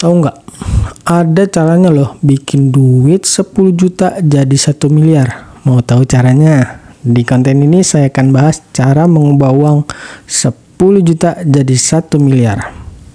Tahu nggak? Ada caranya loh bikin duit 10 juta jadi 1 miliar. Mau tahu caranya? Di konten ini saya akan bahas cara mengubah uang 10 juta jadi 1 miliar.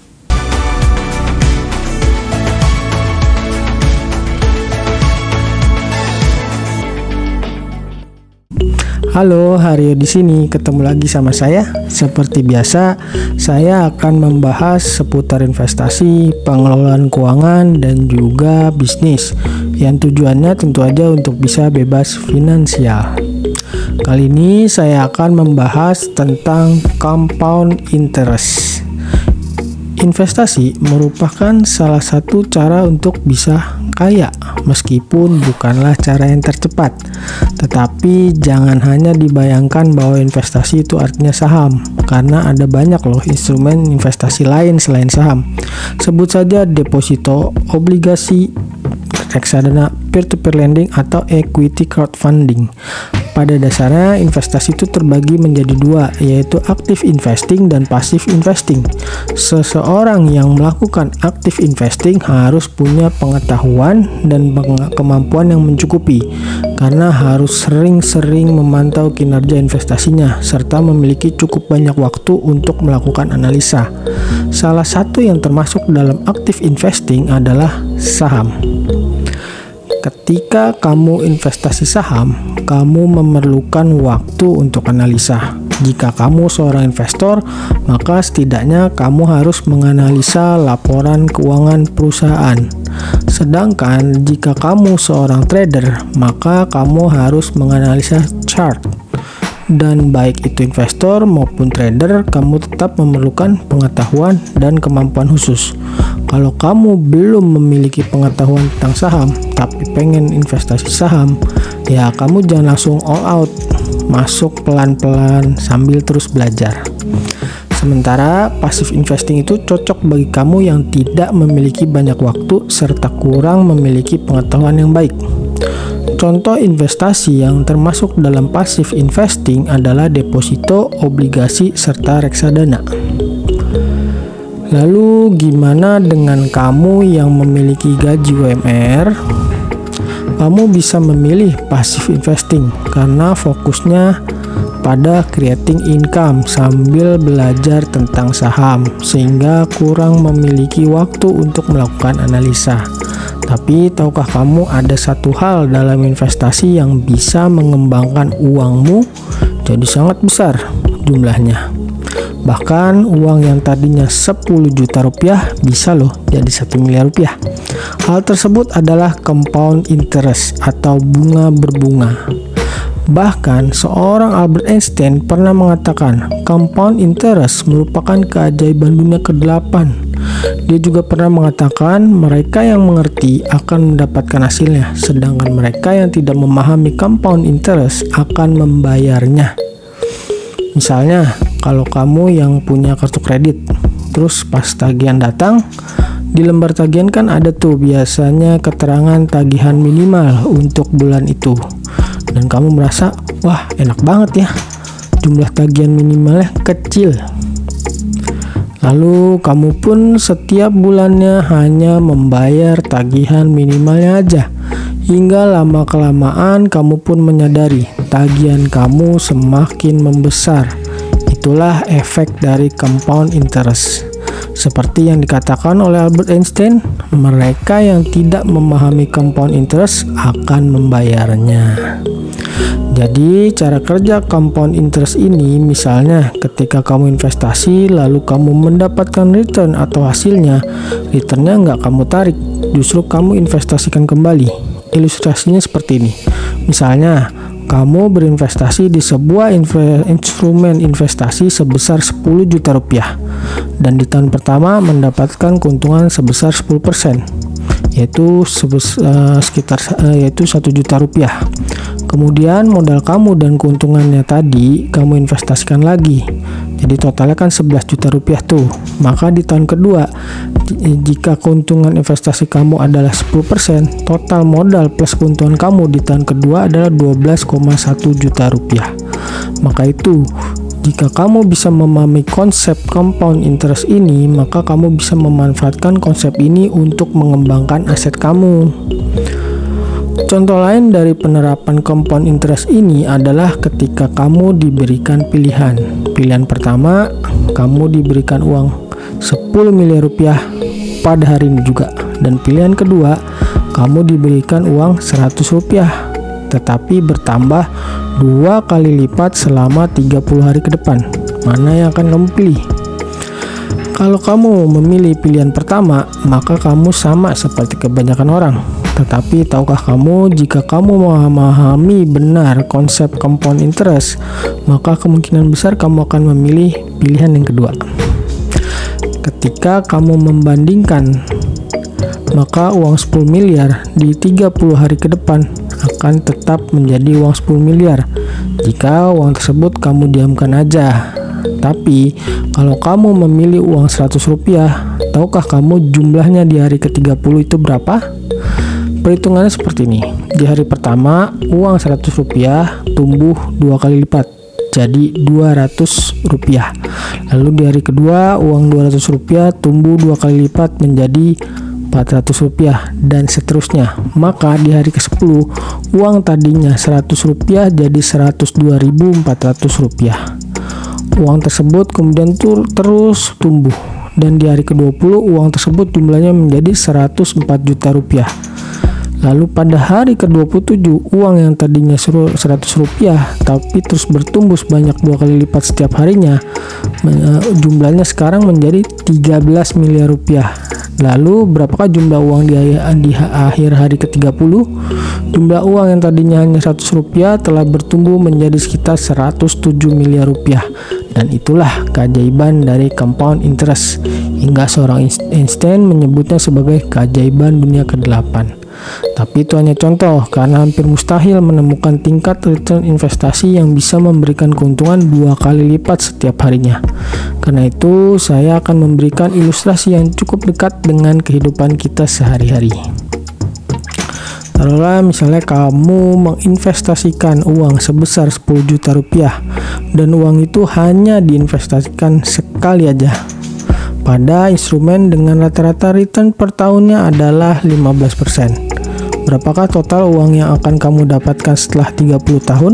Halo, Haryo di sini. Ketemu lagi sama saya. Seperti biasa, saya akan membahas seputar investasi, pengelolaan keuangan, dan juga bisnis. Yang tujuannya tentu aja untuk bisa bebas finansial. Kali ini saya akan membahas tentang compound interest. Investasi merupakan salah satu cara untuk bisa kaya, meskipun bukanlah cara yang tercepat. Tetapi jangan hanya dibayangkan bahwa investasi itu artinya saham, karena ada banyak loh instrumen investasi lain selain saham. Sebut saja deposito, obligasi, reksadana, peer-to-peer lending, atau equity crowdfunding. Pada dasarnya investasi itu terbagi menjadi dua, yaitu active investing dan passive investing. Seseorang yang melakukan active investing harus punya pengetahuan dan kemampuan yang mencukupi, karena harus sering-sering memantau kinerja investasinya serta memiliki cukup banyak waktu untuk melakukan analisa. Salah satu yang termasuk dalam active investing adalah saham. Ketika kamu investasi saham, kamu memerlukan waktu untuk analisa. Jika kamu seorang investor, maka setidaknya kamu harus menganalisa laporan keuangan perusahaan. Sedangkan jika kamu seorang trader, maka kamu harus menganalisa chart. Dan baik itu investor maupun trader, kamu tetap memerlukan pengetahuan dan kemampuan khusus. Kalau kamu belum memiliki pengetahuan tentang saham, tapi pengen investasi saham, ya kamu jangan langsung all out. Masuk pelan-pelan sambil terus belajar. Sementara passive investing itu cocok bagi kamu yang tidak memiliki banyak waktu serta kurang memiliki pengetahuan yang baik. Contoh investasi yang termasuk dalam passive investing adalah deposito, obligasi, serta reksadana. Lalu gimana dengan kamu yang memiliki gaji UMR? Kamu bisa memilih passive investing karena fokusnya pada creating income sambil belajar tentang saham, sehingga kurang memiliki waktu untuk melakukan analisa. Tapi tahukah kamu ada satu hal dalam investasi yang bisa mengembangkan uangmu jadi sangat besar jumlahnya. Bahkan uang yang tadinya 10 juta rupiah bisa loh jadi 1 miliar rupiah. Hal tersebut adalah compound interest atau bunga berbunga. Bahkan seorang Albert Einstein pernah mengatakan compound interest merupakan keajaiban dunia ke-8. Dia juga pernah mengatakan mereka yang mengerti akan mendapatkan hasilnya, sedangkan mereka yang tidak memahami compound interest akan membayarnya. Misalnya, kalau kamu yang punya kartu kredit, terus pas tagihan datang, di lembar tagihan kan ada tuh biasanya keterangan tagihan minimal untuk bulan itu. Dan kamu merasa, wah enak banget ya, jumlah tagihan minimalnya kecil. Lalu kamu pun setiap bulannya hanya membayar tagihan minimalnya aja. Hingga lama-kelamaan kamu pun menyadari tagihan kamu semakin membesar. Itulah efek dari compound interest. Seperti yang dikatakan oleh Albert Einstein, mereka yang tidak memahami compound interest akan membayarnya. Jadi cara kerja compound interest ini misalnya ketika kamu investasi lalu kamu mendapatkan return atau hasilnya, returnnya nggak kamu tarik, justru kamu investasikan kembali. Ilustrasinya seperti ini. Misalnya kamu berinvestasi di sebuah instrumen investasi sebesar 10 juta rupiah dan di tahun pertama mendapatkan keuntungan sebesar 10%, yaitu yaitu 1 juta rupiah. Kemudian modal kamu dan keuntungannya tadi kamu investasikan lagi, jadi totalnya kan 11 juta rupiah tuh. Maka di tahun kedua, jika keuntungan investasi kamu adalah 10%, total modal plus keuntungan kamu di tahun kedua adalah 12,1 juta rupiah. Maka itu Jika kamu bisa memahami konsep compound interest ini, maka kamu bisa memanfaatkan konsep ini untuk mengembangkan aset kamu. Contoh lain dari penerapan compound interest ini adalah ketika kamu diberikan pilihan. Pilihan pertama, kamu diberikan uang 10 miliar rupiah pada hari ini juga. Dan pilihan kedua, kamu diberikan uang 100 rupiah, tetapi bertambah 2 kali lipat selama 30 hari ke depan. Mana yang akan kamu pilih? Kalau kamu memilih pilihan pertama, maka kamu sama seperti kebanyakan orang. Tetapi tahukah kamu, jika kamu memahami benar konsep compound interest, maka kemungkinan besar kamu akan memilih pilihan yang kedua. Ketika kamu membandingkan, maka uang 10 miliar di 30 hari ke depan akan tetap menjadi uang 10 miliar jika uang tersebut kamu diamkan aja. Tapi kalau kamu memilih uang 100 rupiah, tahukah kamu jumlahnya di hari ke-30 itu berapa? Perhitungannya seperti ini. Di hari pertama, uang 100 rupiah tumbuh 2 kali lipat, jadi 200 rupiah. Lalu di hari kedua, uang 200 rupiah tumbuh 2 kali lipat menjadi 400 rupiah, dan seterusnya. Maka di hari ke-10, uang tadinya 100 rupiah jadi 102.400 rupiah. Uang tersebut kemudian terus tumbuh, dan di hari ke-20 uang tersebut jumlahnya menjadi 104 juta rupiah. Lalu pada hari ke-27, uang yang tadinya 100 rupiah tapi terus bertumbuh sebanyak 2 kali lipat setiap harinya, jumlahnya sekarang menjadi 13 miliar rupiah. Lalu berapakah jumlah uang di akhir hari ke-30? Jumlah uang yang tadinya hanya 100 rupiah telah bertumbuh menjadi sekitar 107 miliar rupiah. Dan itulah keajaiban dari compound interest, hingga seorang Einstein menyebutnya sebagai keajaiban dunia ke-8. Tapi itu hanya contoh, karena hampir mustahil menemukan tingkat return investasi yang bisa memberikan keuntungan 2 kali lipat setiap harinya. Karena itu, saya akan memberikan ilustrasi yang cukup dekat dengan kehidupan kita sehari-hari. Taruhlah misalnya kamu menginvestasikan uang sebesar 10 juta rupiah, dan uang itu hanya diinvestasikan sekali aja pada instrumen dengan rata-rata return per tahunnya adalah 15%. Berapakah total uang yang akan kamu dapatkan setelah 30 tahun?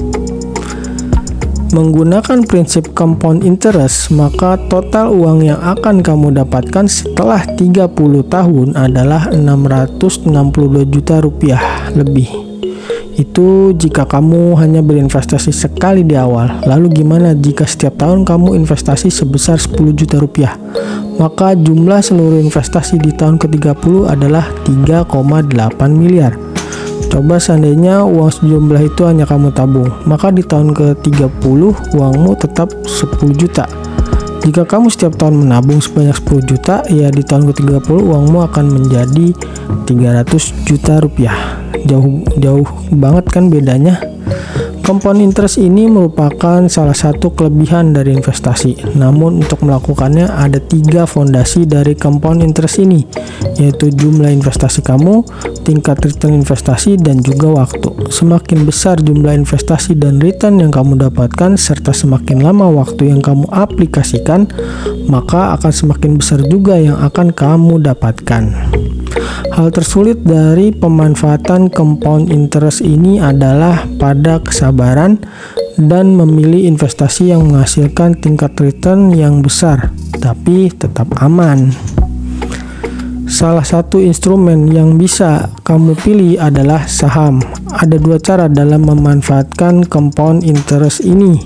Menggunakan prinsip compound interest, maka total uang yang akan kamu dapatkan setelah 30 tahun adalah 662 juta rupiah lebih. Itu jika kamu hanya berinvestasi sekali di awal. Lalu gimana jika setiap tahun kamu investasi sebesar 10 juta rupiah? Maka jumlah seluruh investasi di tahun ke-30 adalah 3,8 miliar. Coba seandainya uang sejumlah itu hanya kamu tabung, maka di tahun ke-30 uangmu tetap 10 juta. Jika kamu setiap tahun menabung sebanyak 10 juta, ya di tahun ke-30 uangmu akan menjadi 300 juta rupiah. Jauh banget kan bedanya? Compound interest ini merupakan salah satu kelebihan dari investasi. Namun untuk melakukannya ada 3 fondasi dari compound interest ini, yaitu jumlah investasi kamu, tingkat return investasi, dan juga waktu. Semakin besar jumlah investasi dan return yang kamu dapatkan, serta semakin lama waktu yang kamu aplikasikan, maka akan semakin besar juga yang akan kamu dapatkan. Hal tersulit dari pemanfaatan compound interest ini adalah pada kesabaran dan memilih investasi yang menghasilkan tingkat return yang besar, tapi tetap aman. Salah satu instrumen yang bisa kamu pilih adalah saham. Ada 2 cara dalam memanfaatkan compound interest ini.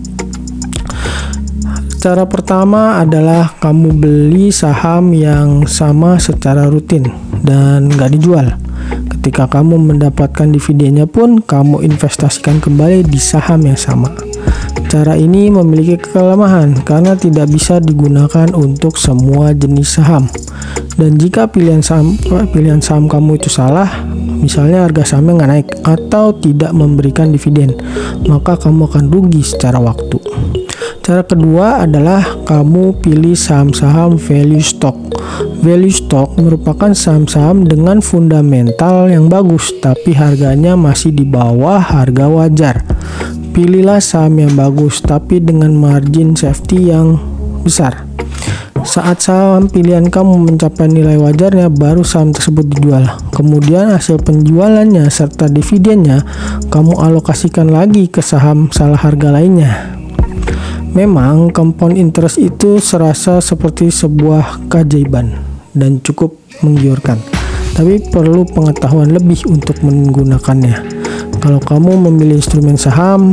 Cara pertama adalah kamu beli saham yang sama secara rutin dan nggak dijual. Ketika kamu mendapatkan dividennya pun, kamu investasikan kembali di saham yang sama. Cara ini memiliki kelemahan karena tidak bisa digunakan untuk semua jenis saham. Dan jika pilihan saham kamu itu salah, misalnya harga sahamnya nggak naik atau tidak memberikan dividen, maka kamu akan rugi secara waktu. Cara kedua adalah kamu pilih saham-saham value stock. Value stock merupakan saham-saham dengan fundamental yang bagus, tapi harganya masih di bawah harga wajar. Pilihlah saham yang bagus tapi dengan margin safety yang besar. Saat saham pilihan kamu mencapai nilai wajarnya, baru saham tersebut dijual. Kemudian hasil penjualannya serta dividennya kamu alokasikan lagi ke saham salah harga lainnya. Memang compound interest itu serasa seperti sebuah keajaiban dan cukup menggiurkan, tapi perlu pengetahuan lebih untuk menggunakannya. Kalau kamu memilih instrumen saham,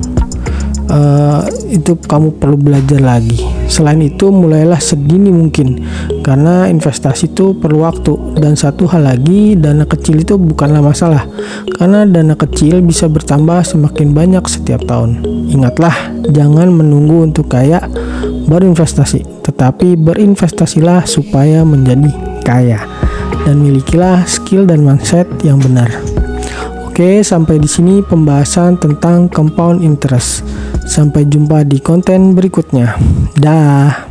itu kamu perlu belajar lagi. Selain itu, mulailah sedini mungkin, karena investasi itu perlu waktu. Dan satu hal lagi, dana kecil itu bukanlah masalah, karena dana kecil bisa bertambah semakin banyak setiap tahun. Ingatlah, jangan menunggu untuk kaya baru investasi, tetapi berinvestasilah supaya menjadi kaya, dan milikilah skill dan mindset yang benar. Oke, sampai di sini pembahasan tentang compound interest. Sampai jumpa di konten berikutnya. Dah.